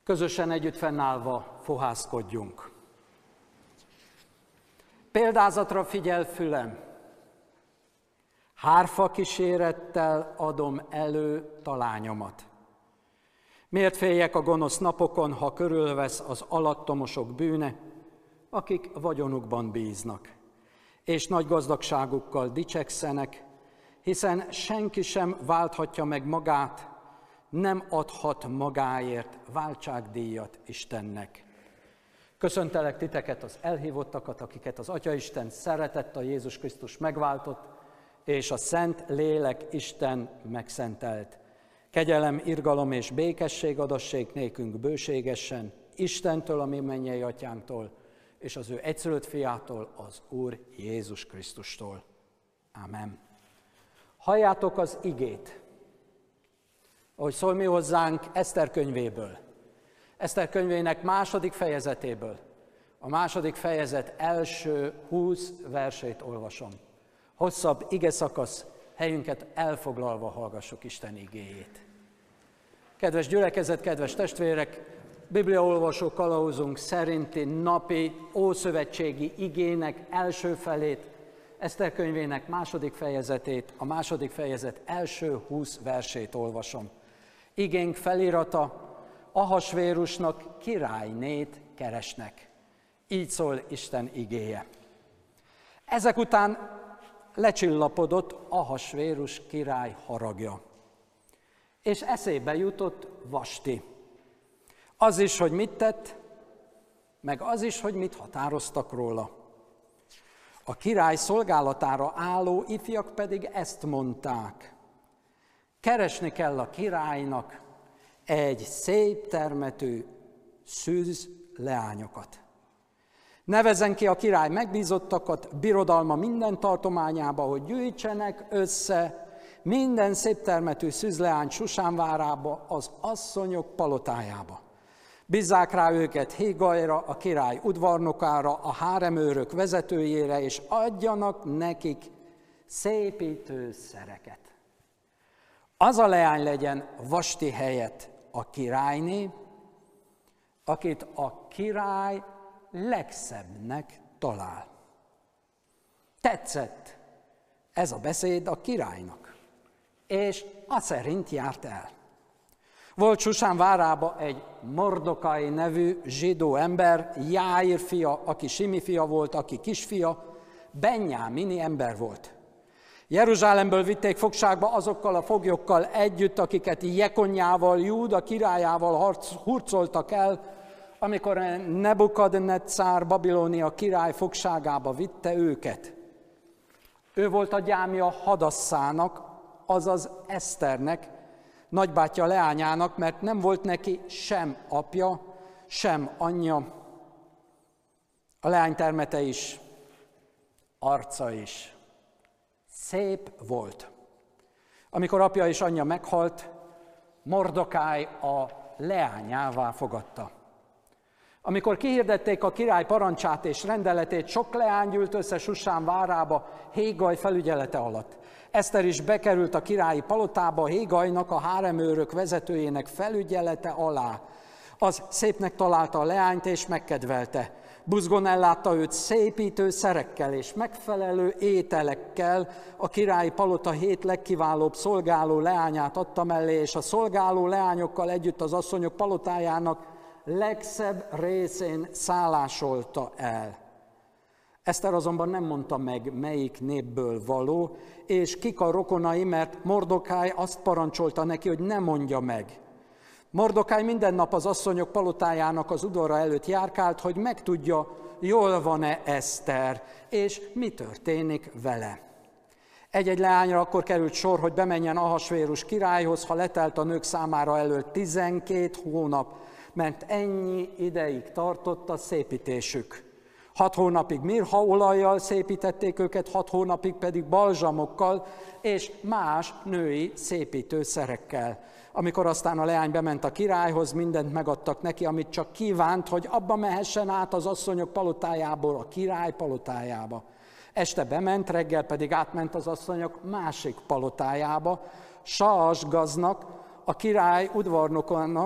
Közösen együtt fennállva fohászkodjunk. Példázatra figyel fülem, hárfa kísérettel adom elő talányomat. Miért féljek a gonosz napokon, ha körülvesz az alattomosok bűne, akik vagyonukban bíznak, és nagy gazdagságukkal dicsekszenek, hiszen senki sem válthatja meg magát, nem adhat magáért váltságdíjat Istennek. Köszöntelek titeket, az elhívottakat, akiket az Atyaisten szeretett, a Jézus Krisztus megváltott, és a Szent Lélek Isten megszentelt. Kegyelem, irgalom és békesség adassék nékünk bőségesen, Istentől, a mi mennyei Atyánktól, és az ő egyszülött fiától, az Úr Jézus Krisztustól. Ámen. Halljátok az igét, ahogy szól mi hozzánk Eszter könyvéből. Eszter könyvének második fejezetéből. A második fejezet első 20 versét olvasom. Hosszabb igeszakasz, helyünket elfoglalva hallgassuk Isten igéjét. Kedves gyülekezet, kedves testvérek, bibliaolvasó kalauzunk szerinti napi ószövetségi igének első felét, Eszter könyvének második fejezetét, a második fejezet első 20 versét olvasom. Igénk felirata: Ahasvérusnak királynét keresnek. Így szól Isten igéje. Ezek után lecsillapodott Ahasvérus király haragja, és eszébe jutott Vasti. Az is, hogy mit tett, meg az is, hogy mit határoztak róla. A király szolgálatára álló ifjak pedig ezt mondták: keresni kell a királynak egy szép termetű szűz leányokat. Nevezzen ki a király megbízottakat birodalma minden tartományába, hogy gyűjtsenek össze minden szép termetű szűzleány Susán várába, az asszonyok palotájába. Bízzák rá őket Hégajra, a király udvarnokára, a háremőrök vezetőjére, és adjanak nekik szépítőszereket. Az a leány legyen Vasti helyett a királyné, akit a király legszebbnek talál. Tetszett ez a beszéd a királynak, és aszerint járt el. Volt Susán várába egy Mordokai nevű zsidó ember, Jáir fia, aki Simi fia volt, aki kisfia, Benjámini ember volt. Jeruzsálemből vitték fogságba azokkal a foglyokkal együtt, akiket Jekonjával, Júda királyával hurcoltak el, amikor Nebukadnetszár Babilónia király fogságába vitte őket. Ő volt a gyámja Hadasszának, azaz Eszternek, nagybátyja leányának, mert nem volt neki sem apja, sem anyja. A leány termete is, arca is szép volt. Amikor apja és anyja meghalt, Mordokály a leányává fogadta. Amikor kihirdették a király parancsát és rendeletét, sok leány gyűlt össze Susán várába Hégaj felügyelete alatt. Eszter is bekerült a királyi palotába Hégajnak, a háremőrök vezetőjének felügyelete alá. Az szépnek találta a leányt és megkedvelte. Buzgón ellátta őt szépítő szerekkel és megfelelő ételekkel, a királyi palota 7 legkiválóbb szolgáló leányát adta mellé, és a szolgáló leányokkal együtt az asszonyok palotájának legszebb részén szállásolta el. Eszter azonban nem mondta meg, melyik népből való, és kik a rokonai, mert Mordokály azt parancsolta neki, hogy ne mondja meg. Mordokály minden nap az asszonyok palotájának az udvara előtt járkált, hogy megtudja, jól van-e Eszter, és mi történik vele. Egy-egy leányra akkor került sor, hogy bemenjen Ahasvérus királyhoz, ha letelt a nők számára előtt 12 hónap, mert ennyi ideig tartott a szépítésük. 6 hónapig mirhaolajjal szépítették őket, 6 hónapig pedig balzsamokkal és más női szépítőszerekkel. Amikor aztán a leány bement a királyhoz, mindent megadtak neki, amit csak kívánt, hogy abba mehessen át az asszonyok palotájából a király palotájába. Este bement, reggel pedig átment az asszonyok másik palotájába, Saasgaznak, a király udvarnokának,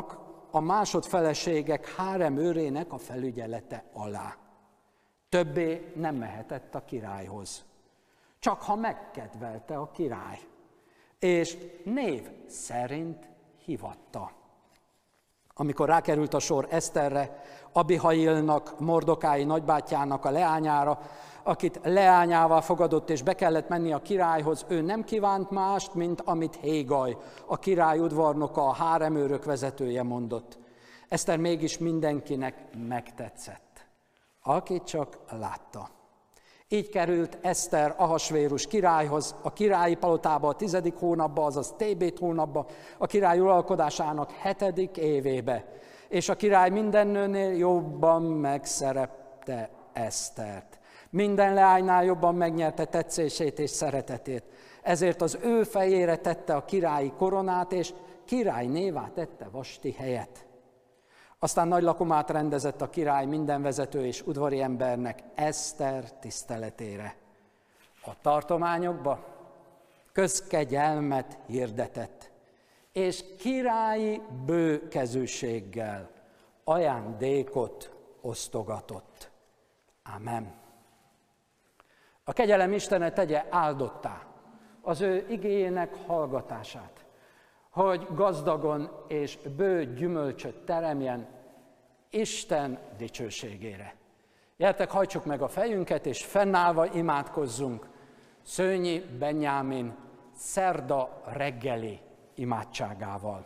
a másodfeleségek háremőrének a felügyelete alá. Többé nem mehetett a királyhoz, csak ha megkedvelte a király, és név szerint hívatta. Amikor rákerült a sor Eszterre, Abihailnak, Mordokái nagybátyjának a leányára, akit leányává fogadott és be kellett menni a királyhoz, ő nem kívánt mást, mint amit Hégaj, a király udvarnoka, a háremőrök vezetője mondott. Eszter mégis mindenkinek megtetszett, aki csak látta. Így került Eszter Ahasvérus királyhoz, a királyi palotába a 10. hónapba, azaz Tébét hónapba, a király uralkodásának 7. évébe, és a király minden nőnél jobban megszerette Esztert. Minden leánynál jobban megnyerte tetszését és szeretetét. Ezért az ő fejére tette a királyi koronát, és királynévá tette Vasti helyet. Aztán nagy lakomát rendezett a király minden vezető és udvari embernek Eszter tiszteletére. A tartományokba közkegyelmet hirdetett, és királyi bőkezűséggel ajándékot osztogatott. Amen. A kegyelem Istene tegye áldottá az ő igéjének hallgatását, hogy gazdagon és bő gyümölcsöt teremjen Isten dicsőségére. Gyertek, hajtsuk meg a fejünket, és fennállva imádkozzunk Szőnyi Benyámin szerda reggeli imádságával.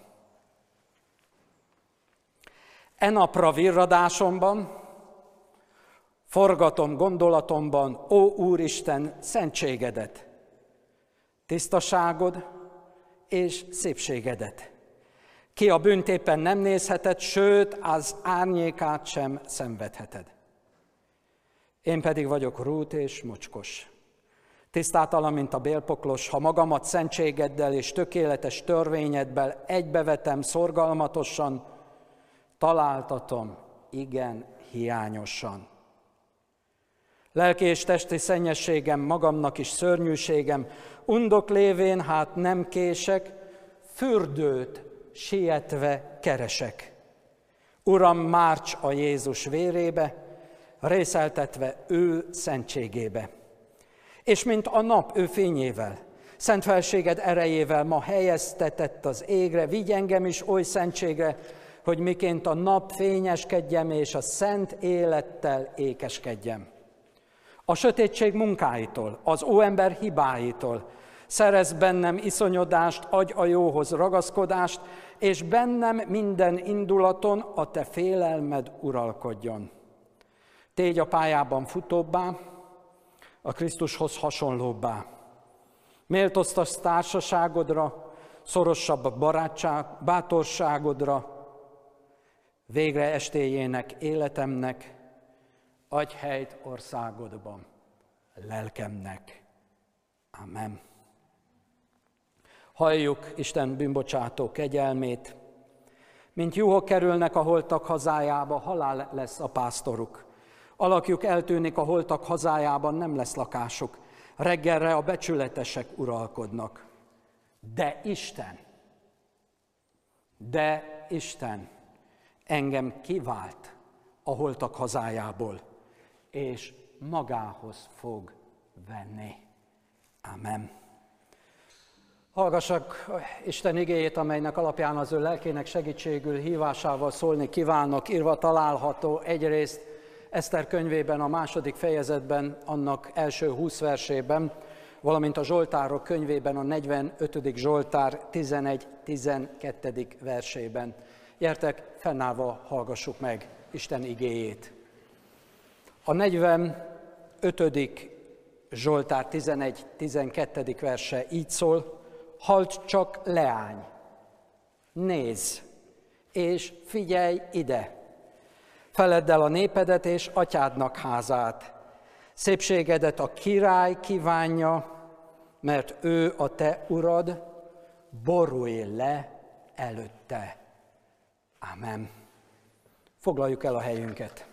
E napra virradásomban, forgatom gondolatomban, ó Úristen, szentségedet, tisztaságod és szépségedet. Ki a bűnt éppen nem nézheted, sőt, az árnyékát sem szenvedheted. Én pedig vagyok rút és mocskos. Tisztátalan, mint a bélpoklos, ha magamat szentségeddel és tökéletes törvényeddel egybevetem szorgalmatosan, találtatom igen hiányosan. Lelki és testi szennyességem, magamnak is szörnyűségem, undok lévén hát nem kések, fürdőt sietve keresek. Uram, márts a Jézus vérébe, részeltetve ő szentségébe. És mint a nap ő fényével, szent felséged erejével ma helyeztetett az égre, vigy engem is oly szentségre, hogy miként a nap fényeskedjem, és a szent élettel ékeskedjem. A sötétség munkáitól, az óember hibáitól szerez bennem iszonyodást, adj a jóhoz ragaszkodást, és bennem minden indulaton a te félelmed uralkodjon. Tégy a pályában futóbbá, a Krisztushoz hasonlóbbá. Méltóztass társaságodra, szorosabb bátorságodra, végre estéjének életemnek, adj helyt országodban, lelkemnek. Amen. Halljuk Isten bűnbocsátó kegyelmét. Mint juhok kerülnek a holtak hazájába, halál lesz a pásztoruk. Alakjuk eltűnik a holtak hazájában, nem lesz lakásuk. Reggelre a becsületesek uralkodnak. De Isten engem kivált a holtak hazájából, és magához fog venni. Amen. Hallgassak Isten igéjét, amelynek alapján az ő lelkének segítségül hívásával szólni kívánok. Írva található egyrészt Eszter könyvében, a 2. fejezetben, annak első 20 versében, valamint a Zsoltárok könyvében, a 45. Zsoltár 11-12. versében. Gyertek, fennállva hallgassuk meg Isten igéjét. A 45. Zsoltár 11-12. verse így szól: halld csak, leány, nézz, és figyelj ide, feledd el a népedet és atyádnak házát. Szépségedet a király kívánja, mert ő a te urad, borulj le előtte. Amen. Foglaljuk el a helyünket.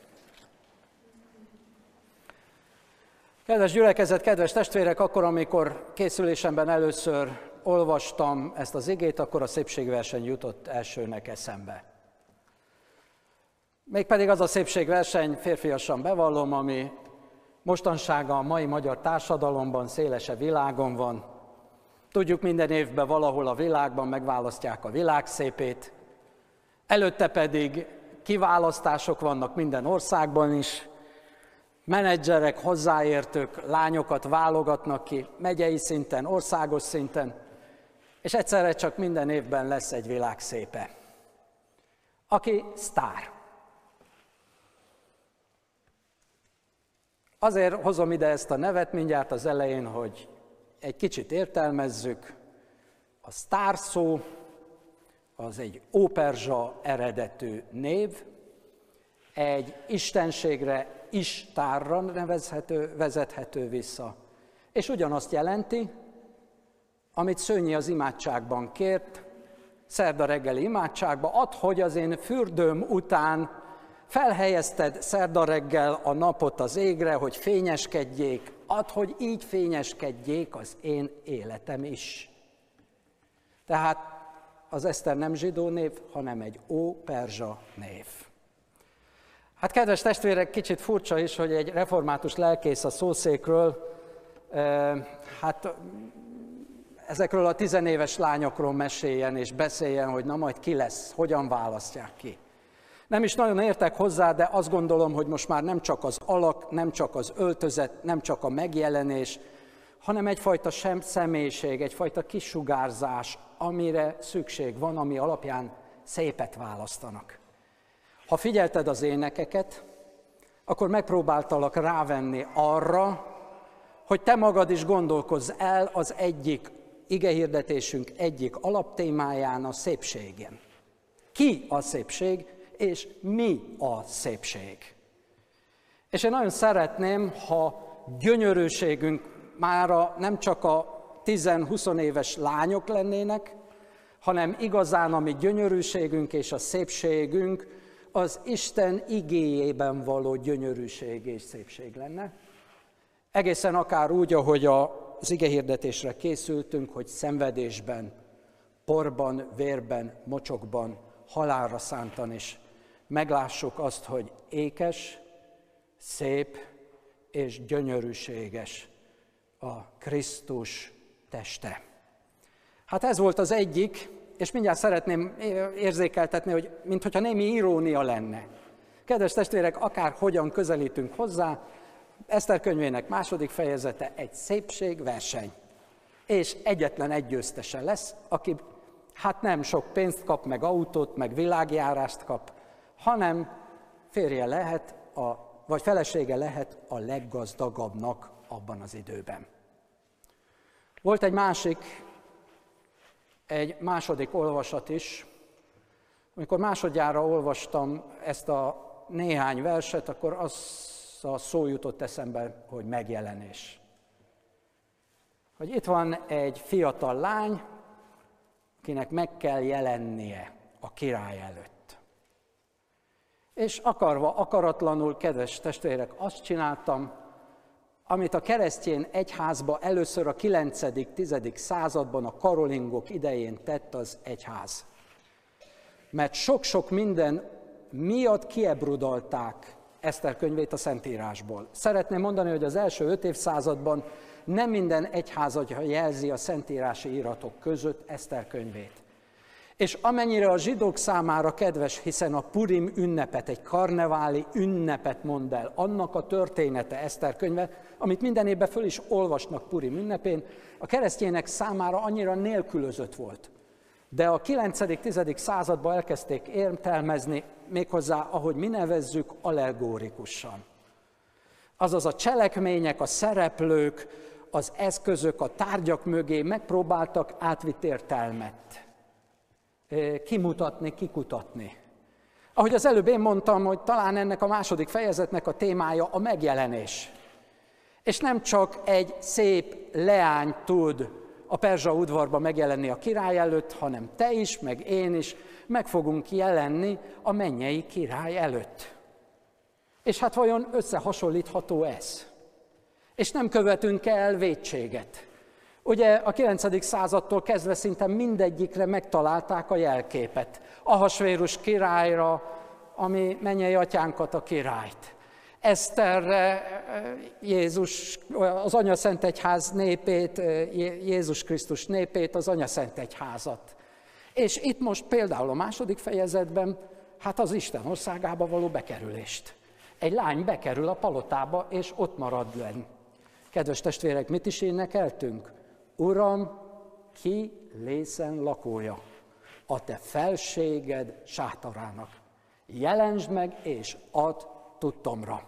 Kedves gyülekezet, kedves testvérek, akkor, amikor készülésemben először olvastam ezt az igét, akkor a szépségverseny jutott elsőnek eszembe. Mégpedig az a szépségverseny, férfiasan bevallom, ami mostansága a mai magyar társadalomban, szélesebb világon van. Tudjuk, minden évben valahol a világban megválasztják a világszépét, előtte pedig kiválasztások vannak minden országban is, menedzserek, hozzáértők, lányokat válogatnak ki megyei szinten, országos szinten, és egyszerre csak minden évben lesz egy világszépe, aki sztár. Azért hozom ide ezt a nevet mindjárt az elején, hogy egy kicsit értelmezzük. A sztár szó az egy óperzsa eredetű név, egy istenségre, Istárra vezethető vissza. És ugyanazt jelenti, amit Szőnyi az imádságban kért, szerda reggeli imádságban, add, hogy az én fürdőm után felhelyezted szerda reggel a napot az égre, hogy fényeskedjék, add, hogy így fényeskedjék az én életem is. Tehát az Eszter nem zsidó név, hanem egy óperzsa név. Hát kedves testvérek, kicsit furcsa is, hogy egy református lelkész a szószékről, ezekről a 10 éves lányokról meséljen és beszéljen, hogy na majd ki lesz, hogyan választják ki. Nem is nagyon értek hozzá, de azt gondolom, hogy most már nem csak az alak, nem csak az öltözet, nem csak a megjelenés, hanem egyfajta személyiség, egyfajta kisugárzás, amire szükség van, ami alapján szépet választanak. Ha figyelted az énekeket, akkor megpróbáltalak rávenni arra, hogy te magad is gondolkozz el az egyik igehirdetésünk egyik alaptémáján, a szépségen. Ki a szépség, és mi a szépség? És én nagyon szeretném, ha gyönyörűségünk mára nem csak a 10-20 éves lányok lennének, hanem igazán a mi gyönyörűségünk és a szépségünk az Isten igéjében való gyönyörűség és szépség lenne. Egészen akár úgy, ahogy az igehirdetésre készültünk, hogy szenvedésben, porban, vérben, mocsokban, halálra szántan is meglássuk azt, hogy ékes, szép és gyönyörűséges a Krisztus teste. Hát ez volt az egyik, és mindjárt szeretném érzékeltetni, hogy minthogyha némi irónia lenne. Kedves testvérek, akár hogyan közelítünk hozzá, Eszter könyvének 2. fejezete egy szépségverseny. És egyetlen egy győztese lesz, aki hát nem sok pénzt kap, meg autót, meg világjárást kap, hanem férje lehet, vagy felesége lehet a leggazdagabbnak abban az időben. Volt egy második olvasat is. Amikor másodjára olvastam ezt a néhány verset, akkor az a szó jutott eszembe, hogy megjelenés. Hogy itt van egy fiatal lány, akinek meg kell jelennie a király előtt. És akarva, akaratlanul, kedves testvérek, azt csináltam, amit a keresztény egyházba először a 9.-10. században a karolingok idején tett az egyház. Mert sok-sok minden miatt kiebrudalták Eszter könyvét a Szentírásból. Szeretném mondani, hogy az első 5 évszázadban nem minden egyház jelzi a szentírási iratok között Eszter könyvét. És amennyire a zsidók számára kedves, hiszen a Purim ünnepet, egy karneváli ünnepet mond el, annak a története Eszter könyve, amit minden évben föl is olvasnak Purim ünnepén, a keresztények számára annyira nélkülözött volt. De a 9.-10. században elkezdték értelmezni, méghozzá, ahogy mi nevezzük, allegórikusan. Azaz a cselekmények, a szereplők, az eszközök, a tárgyak mögé megpróbáltak átvitt értelmet kimutatni, kikutatni. Ahogy az előbb én mondtam, hogy talán ennek a 2. fejezetnek a témája a megjelenés. És nem csak egy szép leány tud a perzsa udvarba megjelenni a király előtt, hanem te is, meg én is meg fogunk jelenni a mennyei király előtt. És hát vajon összehasonlítható ez? És nem követünk el vétséget. Ugye a 9. századtól kezdve szinte mindegyikre megtalálták a jelképet. Ahasvérus királyra, ami mennyei atyánkat, a királyt. Eszterre Jézus, az Anyaszentegyház népét, Jézus Krisztus népét, az Anyaszentegyházat. És itt most például a második fejezetben, hát az Isten országába való bekerülést. Egy lány bekerül a palotába, és ott marad lenn. Kedves testvérek, mit is énekeltünk? Uram, ki lészen lakója, a te felséged sátorának. Jelentsd meg, és add tudtomra.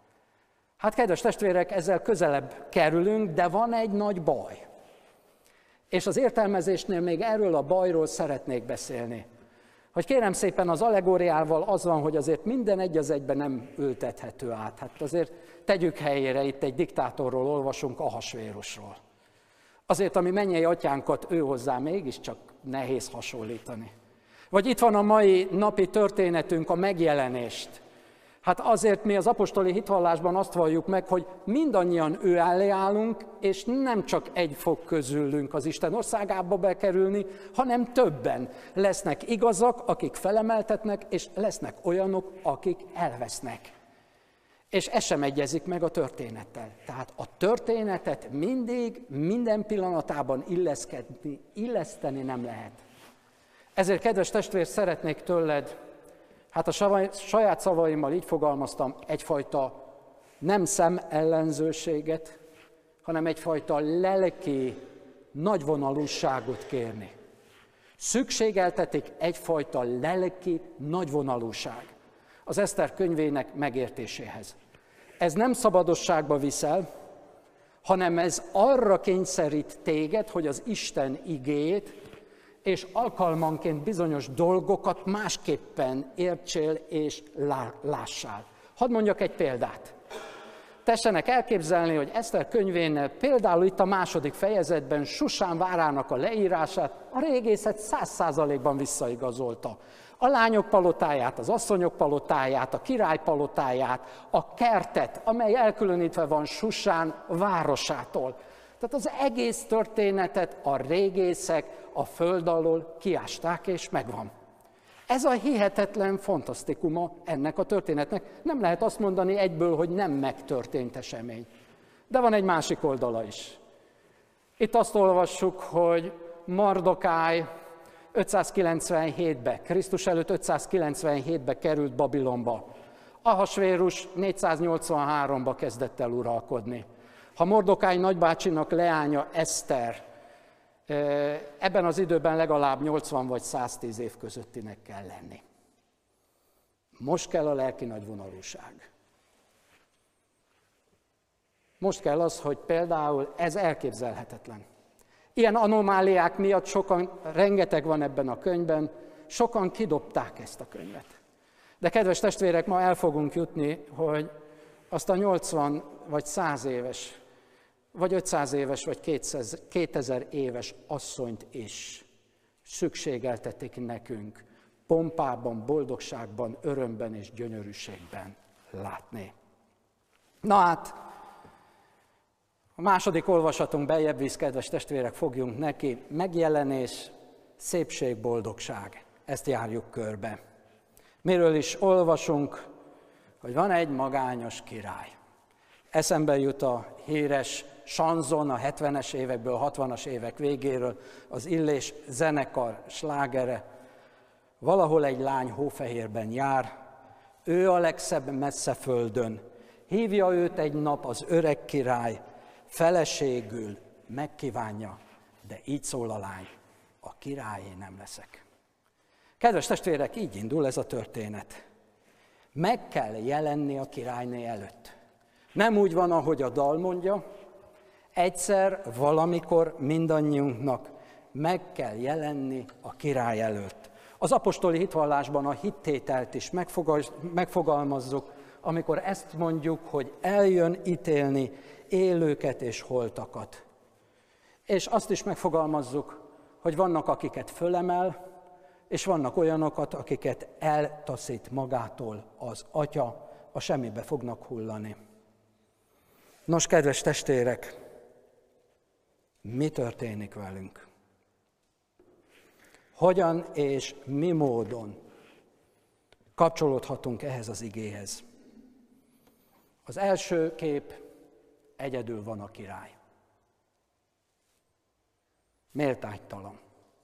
Hát, kedves testvérek, ezzel közelebb kerülünk, de van egy nagy baj. És az értelmezésnél még erről a bajról szeretnék beszélni. Hogy kérem szépen, az allegóriával az van, hogy azért minden egy az egyben nem ültethető át. Hát azért tegyük helyére, itt egy diktátorról olvasunk, Ahasvérusról. Azért, ami mennyei atyánkat, ő hozzá mégiscsak nehéz hasonlítani. Vagy itt van a mai napi történetünk, a megjelenést. Hát azért mi az apostoli hitvallásban azt valljuk meg, hogy mindannyian ő elé állunk, és nem csak egy fog közülünk az Isten országába bekerülni, hanem többen. Lesznek igazak, akik felemeltetnek, és lesznek olyanok, akik elvesznek. És ez sem egyezik meg a történettel. Tehát a történetet mindig, minden pillanatában illeszteni nem lehet. Ezért, kedves testvér, szeretnék tőled, hát a saját szavaimmal így fogalmaztam, egyfajta nem szemellenzőséget, hanem egyfajta lelki nagyvonalúságot kérni. Szükségeltetik egyfajta lelki nagyvonalúság az Eszter könyvének megértéséhez. Ez nem szabadosságba viszel, hanem ez arra kényszerít téged, hogy az Isten igéjét és alkalmanként bizonyos dolgokat másképpen értsél és lássál. Hadd mondjak egy példát. Tessenek elképzelni, hogy Eszter könyvénél például itt a második fejezetben Susán várának a leírását a régészet 100%-ban visszaigazolta. A lányok palotáját, az asszonyok palotáját, a király palotáját, a kertet, amely elkülönítve van Susán városától. Tehát az egész történetet a régészek a föld alól kiásták, és megvan. Ez a hihetetlen fantasztikuma ennek a történetnek. Nem lehet azt mondani egyből, hogy nem megtörtént esemény. De van egy másik oldala is. Itt azt olvassuk, hogy Mardokály 597-be, Krisztus előtt 597-be került Babilonba. Ahasvérus 483-ba kezdett el uralkodni. Ha Mardokály nagybácsinak leánya Eszter, ebben az időben legalább 80 vagy 110 év közöttinek kell lenni. Most kell a lelki nagyvonalúság. Most kell az, hogy például ez elképzelhetetlen. Ilyen anomáliák miatt rengeteg van ebben a könyvben, sokan kidobták ezt a könyvet. De kedves testvérek, ma el fogunk jutni, hogy azt a 80 vagy 100 éves, vagy 500 éves, vagy 2000 éves asszonyt is szükségeltetik nekünk pompában, boldogságban, örömben és gyönyörűségben látni. Na hát, a második olvasatunk beljebb visz, kedves testvérek, fogjunk neki. Megjelenés, szépség, boldogság. Ezt járjuk körbe. Miről is olvasunk, hogy van egy magányos király. Eszembe jut a híres sanzon a 70-es évekből, 60-as évek végéről, az Illés zenekar slágere. Valahol egy lány hófehérben jár, ő a legszebb messze földön. Hívja őt egy nap az öreg király, feleségül megkívánja, de így szól a lány, a királyé nem leszek. Kedves testvérek, így indul ez a történet. Meg kell jelenni a királyné előtt. Nem úgy van, ahogy a dal mondja, egyszer, valamikor mindannyiunknak meg kell jelenni a király előtt. Az apostoli hitvallásban a hittételt is megfogalmazzuk, amikor ezt mondjuk, hogy eljön ítélni élőket és holtakat. És azt is megfogalmazzuk, hogy vannak, akiket fölemel, és vannak olyanokat, akiket eltaszít magától az Atya, a semmibe fognak hullani. Nos, kedves testvérek, mi történik velünk? Hogyan és mi módon kapcsolódhatunk ehhez az igéhez. Az első kép, egyedül van a király. Méltánytalan.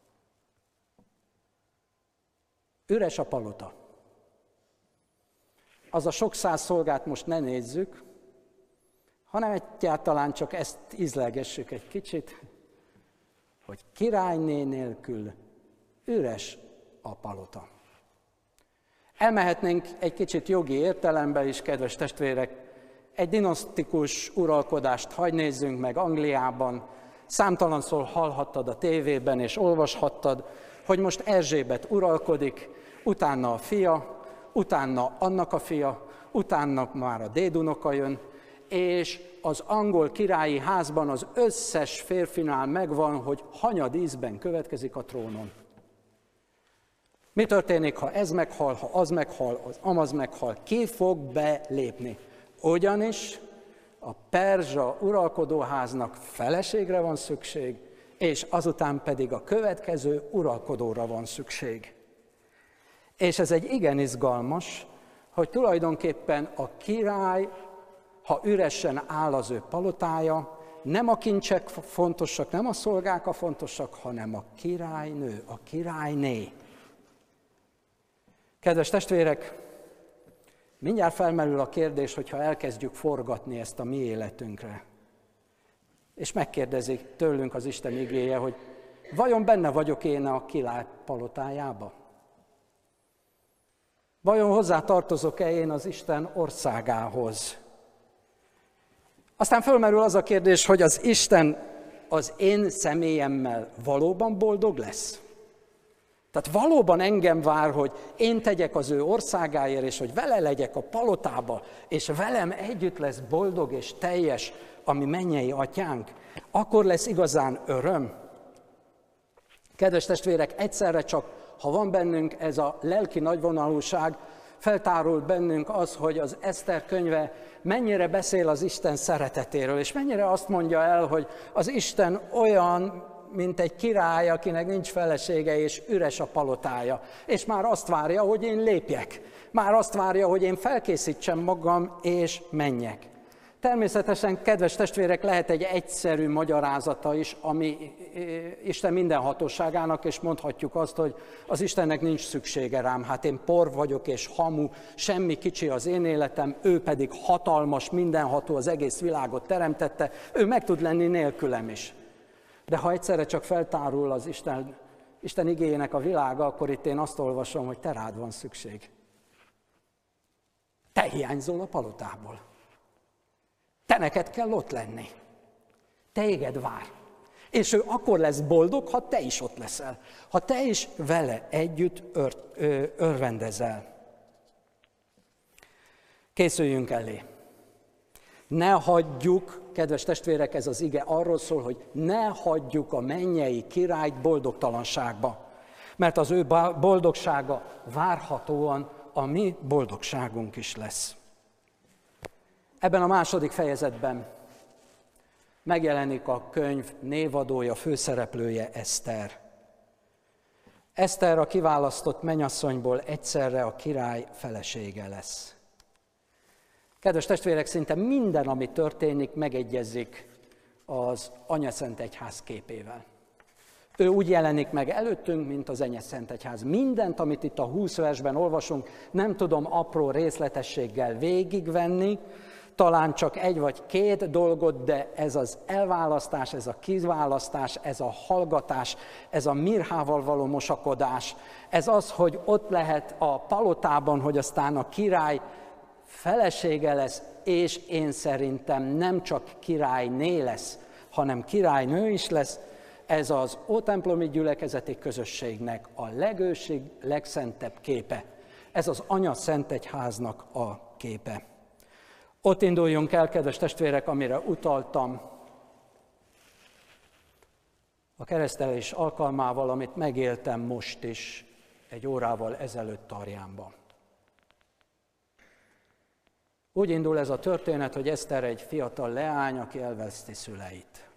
Üres a palota. Az a sok száz szolgát most ne nézzük, hanem egyáltalán csak ezt ízlelgessük egy kicsit, hogy királyné nélkül üres a palota. Elmehetnénk egy kicsit jogi értelembe is, kedves testvérek, egy dinasztikus uralkodást hadd nézzünk meg Angliában. Számtalanszor hallhattad a tévében és olvashattad, hogy most Erzsébet uralkodik, utána a fia, utána annak a fia, utána már a dédunoka jön, és az angol királyi házban az összes férfinál megvan, hogy hanyad ízben következik a trónon. Mi történik, ha ez meghal, ha az meghal, az amaz meghal? Ki fog belépni? Ugyanis a perzsa uralkodóháznak feleségre van szükség, és azután pedig a következő uralkodóra van szükség. És ez egy igen izgalmas, hogy tulajdonképpen a király, ha üresen áll az ő palotája, nem a kincsek fontosak, nem a szolgák a fontosak, hanem a királynő, a királyné. Kedves testvérek, mindjárt felmerül a kérdés, hogyha elkezdjük forgatni ezt a mi életünkre. És megkérdezik tőlünk az Isten igéje, hogy vajon benne vagyok én a király palotájába? Vajon hozzá tartozok-e én az Isten országához? Aztán fölmerül az a kérdés, hogy az Isten az én személyemmel valóban boldog lesz? Tehát valóban engem vár, hogy én tegyek az ő országáért, és hogy vele legyek a palotába, és velem együtt lesz boldog és teljes a mi mennyei atyánk? Akkor lesz igazán öröm? Kedves testvérek, egyszerre csak, ha van bennünk ez a lelki nagyvonalúság, feltárul bennünk az, hogy az Eszter könyve mennyire beszél az Isten szeretetéről, és mennyire azt mondja el, hogy az Isten olyan, mint egy király, akinek nincs felesége, és üres a palotája. És már azt várja, hogy én lépjek. Már azt várja, hogy én felkészítsem magam, és menjek. Természetesen, kedves testvérek, lehet egy egyszerű magyarázata is, ami Isten mindenhatóságának, és mondhatjuk azt, hogy az Istennek nincs szüksége rám. Hát én por vagyok és hamu, semmi kicsi az én életem, ő pedig hatalmas, mindenható, az egész világot teremtette, ő meg tud lenni nélkülem is. De ha egyszerre csak feltárul az Isten igéjének a világa, akkor itt én azt olvasom, hogy te rád van szükség. Te hiányzol a palotából. Te neked kell ott lenni. Téged vár. És ő akkor lesz boldog, ha te is ott leszel. Ha te is vele együtt örvendezel. Készüljünk elé. Ne hagyjuk, kedves testvérek, ez az ige arról szól, hogy ne hagyjuk a mennyei királyt boldogtalanságba. Mert az ő boldogsága várhatóan a mi boldogságunk is lesz. Ebben a második fejezetben megjelenik a könyv névadója, főszereplője, Eszter. Eszter, a kiválasztott mennyasszonyból egyszerre a király felesége lesz. Kedves testvérek, szinte minden, ami történik, megegyezik az Anyaszentegyház képével. Ő úgy jelenik meg előttünk, mint az Anyaszentegyház. Mindent, amit itt a 20 versben olvasunk, nem tudom apró részletességgel végigvenni, talán csak egy vagy két dolgot, de ez az elválasztás, ez a kiválasztás, ez a hallgatás, ez a mirhával való mosakodás, ez az, hogy ott lehet a palotában, hogy aztán a király felesége lesz, és én szerintem nem csak királyné lesz, hanem királynő is lesz, ez az ótemplomi gyülekezeti közösségnek a legőség, legszentebb képe. Ez az Anyaszentegyháznak a képe. Ott induljunk el, kedves testvérek, amire utaltam a keresztelés alkalmával, amit megéltem most is egy órával ezelőtt Tarjánban. Úgy indul ez a történet, hogy Eszter egy fiatal leány, aki elveszti szüleit.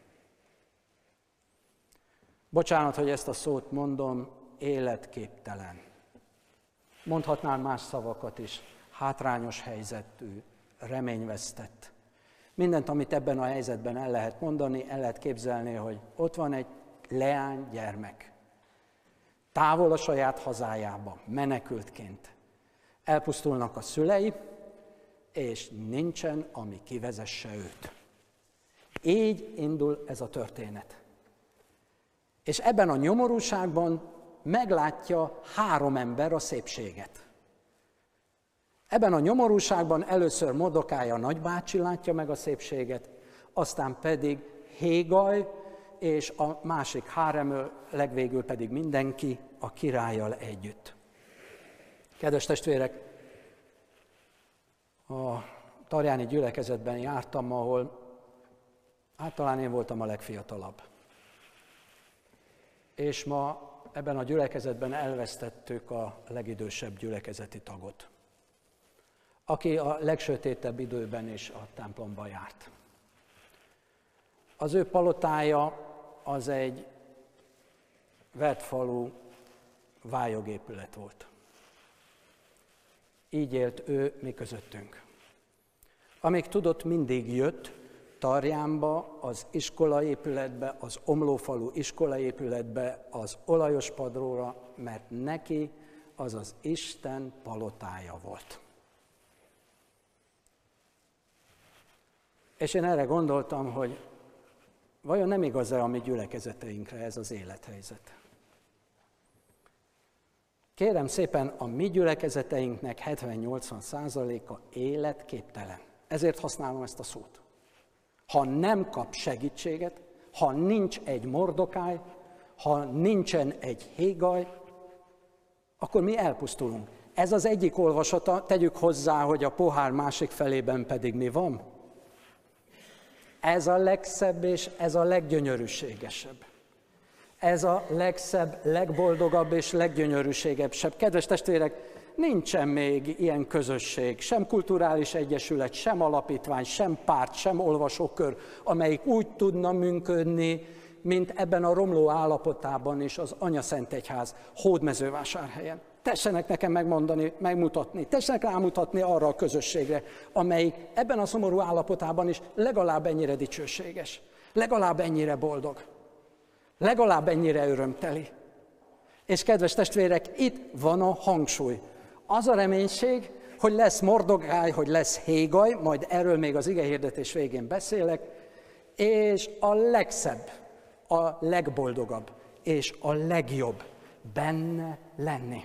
Bocsánat, hogy ezt a szót mondom, életképtelen. Mondhatnál más szavakat is. Hátrányos helyzetű, reményvesztett. Mindent, amit ebben a helyzetben el lehet mondani, el lehet képzelni, hogy ott van egy leánygyermek. Távol a saját hazájába, menekültként. Elpusztulnak a szülei, és nincsen, ami kivezesse őt. Így indul ez a történet. És ebben a nyomorúságban meglátja 3 ember a szépséget. Ebben a nyomorúságban először Mordokály a nagybácsi látja meg a szépséget, aztán pedig Hégai és a másik háremő, legvégül pedig mindenki a királlyal együtt. Kedves testvérek, a tarjáni gyülekezetben jártam, ahol talán én voltam a legfiatalabb. És ma ebben a gyülekezetben elvesztettük a legidősebb gyülekezeti tagot, aki a legsötétebb időben is a templomba járt. Az ő palotája az egy vert falú vályogépület volt. Így élt ő mi közöttünk. Amíg tudott, mindig jött Tarjánba, az iskolaépületbe, az omlófalú iskolaépületbe, az olajos padróra, mert neki az az Isten palotája volt. És én erre gondoltam, hogy vajon nem igaz-e a mi gyülekezeteinkre ez az élethelyzet? Kérem szépen, a mi gyülekezeteinknek 70-80%-a életképtelen. Ezért használom ezt a szót. Ha nem kap segítséget, ha nincs egy Mordokály, ha nincsen egy Hégai, akkor mi elpusztulunk. Ez az egyik olvasata, tegyük hozzá, hogy a pohár másik felében pedig mi van? Ez a legszebb és ez a leggyönyörűségesebb. Ez a legszebb, legboldogabb és leggyönyörűségesebb. Kedves testvérek, nincsen még ilyen közösség, sem kulturális egyesület, sem alapítvány, sem párt, sem olvasókör, amelyik úgy tudna működni, mint ebben a romló állapotában is az Anyaszentegyház Hódmezővásárhelyen. Tessenek nekem megmondani, megmutatni, tessenek rámutatni arra a közösségre, amelyik ebben a szomorú állapotában is legalább ennyire dicsőséges, legalább ennyire boldog, legalább ennyire örömteli. És kedves testvérek, itt van a hangsúly. Az a reménység, hogy lesz Mordokály, hogy lesz Hégai, majd erről még az igehirdetés végén beszélek, és a legszebb, a legboldogabb és a legjobb benne lenni.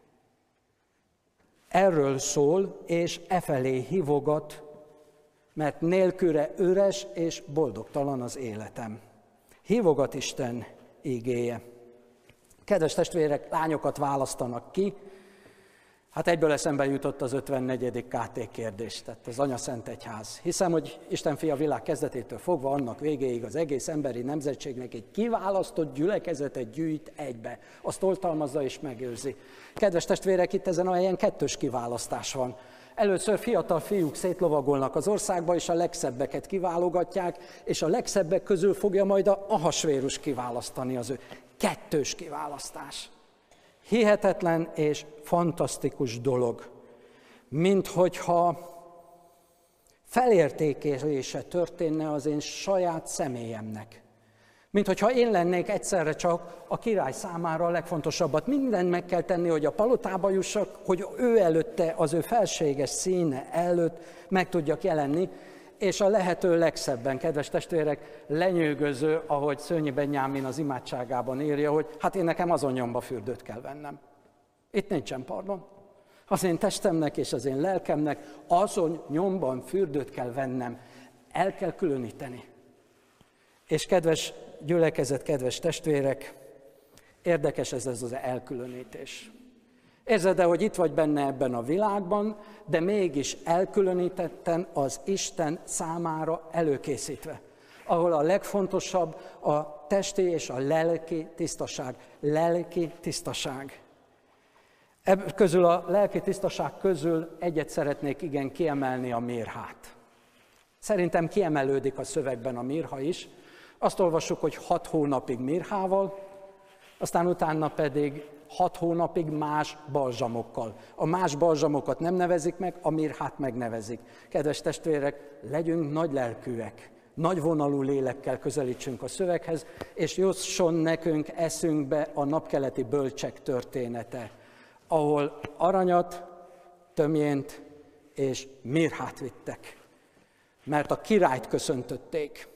Erről szól, és efelé hívogat, mert nélküle üres és boldogtalan az életem. Hívogat Isten igéje. Kedves testvérek, lányokat választanak ki. Hát egyből eszembe jutott az 54. KT kérdés, tehát az Anyaszentegyház. Hiszem, hogy Isten fia világ kezdetétől fogva annak végéig az egész emberi nemzetségnek egy kiválasztott gyülekezetet gyűjt egybe. Azt oltalmazza és megőrzi. Kedves testvérek, itt ezen a helyen 2 kiválasztás van. Először fiatal fiúk szétlovagolnak az országba, és a legszebbeket kiválogatják, és a legszebbek közül fogja majd a Ahasvérus kiválasztani az ő. 2 kiválasztás. Hihetetlen és fantasztikus dolog, minthogyha felértékelése történne az én saját személyemnek. Minthogyha én lennék egyszerre csak a király számára a legfontosabbat. Mindent meg kell tenni, hogy a palotába jussak, hogy ő előtte, az ő felséges színe előtt meg tudjak jelenni, és a lehető legszebben, kedves testvérek, lenyűgöző, ahogy Szőnyi Benyámin az imádságában írja, hogy hát én nekem azon nyomba fürdőt kell vennem. Itt nincsen pardon. Az én testemnek és az én lelkemnek azon nyomban fürdőt kell vennem. El kell különíteni. És kedves gyülekezet, kedves testvérek, érdekes ez az elkülönítés. Érzed-e, hogy itt vagy benne ebben a világban, de mégis elkülönítetten az Isten számára előkészítve, ahol a legfontosabb a testi és a lelki tisztaság. Lelki tisztaság. Ebből közül a lelki tisztaság közül egyet szeretnék igen kiemelni, a mirhát. Szerintem kiemelődik a szövegben a mirha is. Azt olvassuk, hogy 6 hónapig mirhával, aztán utána pedig 6 hónapig más balzsamokkal. A más balzsamokat nem nevezik meg, a mirhát megnevezik. Kedves testvérek, legyünk nagylelkűek, nagyvonalú lélekkel közelítsünk a szöveghez, és jusson nekünk eszünkbe a napkeleti bölcsek története, ahol aranyat, tömjént és mirhát vittek, mert a királyt köszöntötték.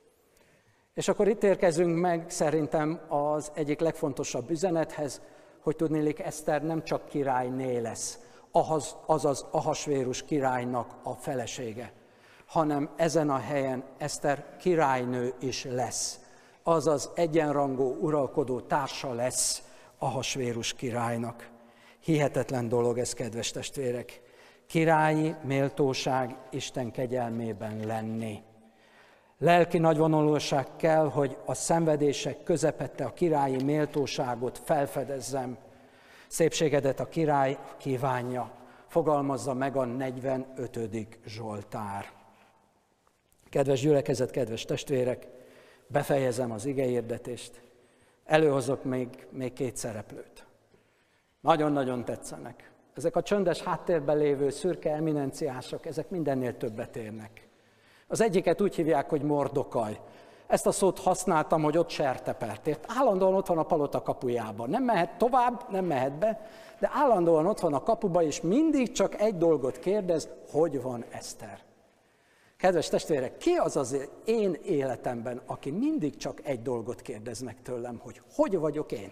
És akkor itt érkezünk meg szerintem az egyik legfontosabb üzenethez, hogy tudniillik, Eszter nem csak királyné lesz, azaz Ahasvérus királynak a felesége, hanem ezen a helyen Eszter királynő is lesz, azaz egyenrangú uralkodó társa lesz Ahasvérus királynak. Hihetetlen dolog ez, kedves testvérek. Királyi méltóság Isten kegyelmében lenni. Lelki nagyvonalúság kell, hogy a szenvedések közepette a királyi méltóságot felfedezzem. Szépségedet a király kívánja, fogalmazza meg a 45. Zsoltár. Kedves gyülekezet, kedves testvérek, befejezem az igehirdetést. Előhozok még 2 szereplőt. Nagyon-nagyon tetszenek. Ezek a csöndes háttérben lévő szürke eminenciások, ezek mindennél többet érnek. Az egyiket úgy hívják, hogy Mordokaj. Ezt a szót használtam, hogy ott sertepeltért. Állandóan ott van a palota kapujában. Nem mehet tovább, nem mehet be, de állandóan ott van a kapuba, és mindig csak egy dolgot kérdez, hogy van Eszter. Kedves testvérek, ki az az én életemben, aki mindig csak egy dolgot kérdez meg tőlem, hogy vagyok én?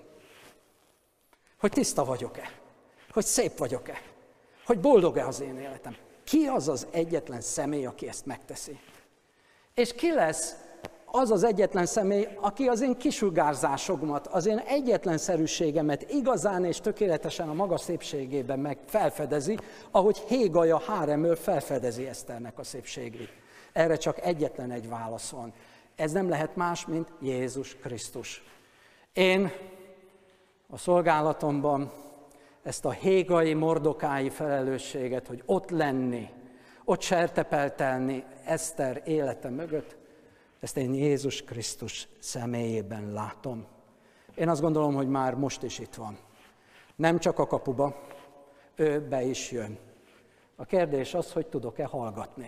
Hogy tiszta vagyok-e? Hogy szép vagyok-e? Hogy boldog-e az én életem? Ki az az egyetlen személy, aki ezt megteszi? És ki lesz az az egyetlen személy, aki az én kisugárzásomat, az én egyetlenszerűségemet igazán és tökéletesen a maga szépségében meg felfedezi, ahogy Hégai a háremről felfedezi Eszternek a szépségét. Erre csak egyetlen egy válasz van. Ez nem lehet más, mint Jézus Krisztus. Én a szolgálatomban ezt a hégai, mordokái felelősséget, hogy ott lenni, ott sertepeltelni Eszter élete mögött, ezt én Jézus Krisztus személyében látom. Én azt gondolom, hogy már most is itt van. Nem csak a kapuba, ő be is jön. A kérdés az, hogy tudok-e hallgatni.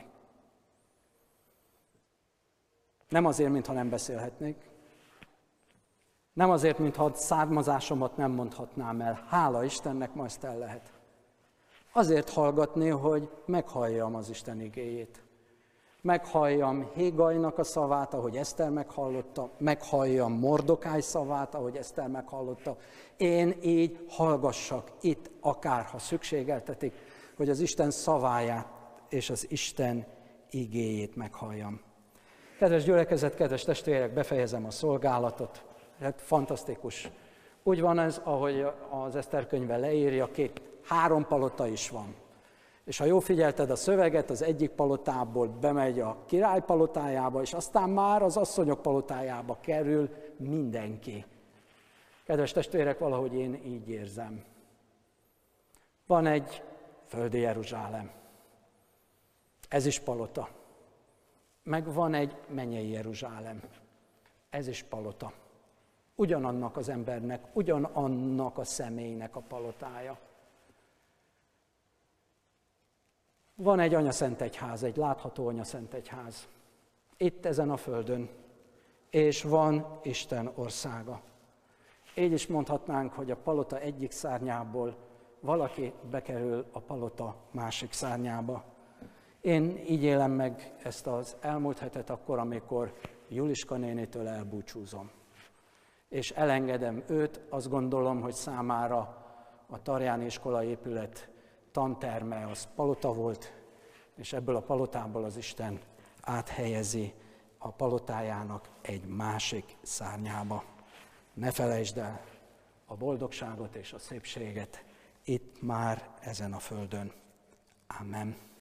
Nem azért, mintha nem beszélhetnék. Nem azért, mintha származásomat nem mondhatnám el. Hála Istennek, ma ezt el lehet. Azért hallgatni, hogy meghalljam az Isten igéjét. Meghalljam Hégainak a szavát, ahogy Eszter meghallotta, meghalljam Mordokáj szavát, ahogy Eszter meghallotta. Én így hallgassak itt, akárha szükségeltetik, hogy az Isten szaváját és az Isten igéjét meghalljam. Kedves gyülekezet, kedves testvérek, befejezem a szolgálatot. Fantasztikus. Úgy van ez, ahogy az Eszter könyve leírja, 3 palota is van. És ha jól figyelted a szöveget, az egyik palotából bemegy a király palotájába, és aztán már az asszonyok palotájába kerül mindenki. Kedves testvérek, valahogy én így érzem. Van egy földi Jeruzsálem. Ez is palota. Meg van egy mennyei Jeruzsálem. Ez is palota. Ugyanannak az embernek, ugyanannak a személynek a palotája. Van egy anyaszentegyház, egy látható anyaszentegyház. Itt ezen a földön. És van Isten országa. Így is mondhatnánk, hogy a palota egyik szárnyából valaki bekerül a palota másik szárnyába. Én így élem meg ezt az elmúlt hetet akkor, amikor Juliska nénitől elbúcsúzom. És elengedem őt, azt gondolom, hogy számára a Tarjáni iskola épület tanterme az palota volt, és ebből a palotából az Isten áthelyezi a palotájának egy másik szárnyába. Ne felejtsd el a boldogságot és a szépséget itt már ezen a földön. Amen.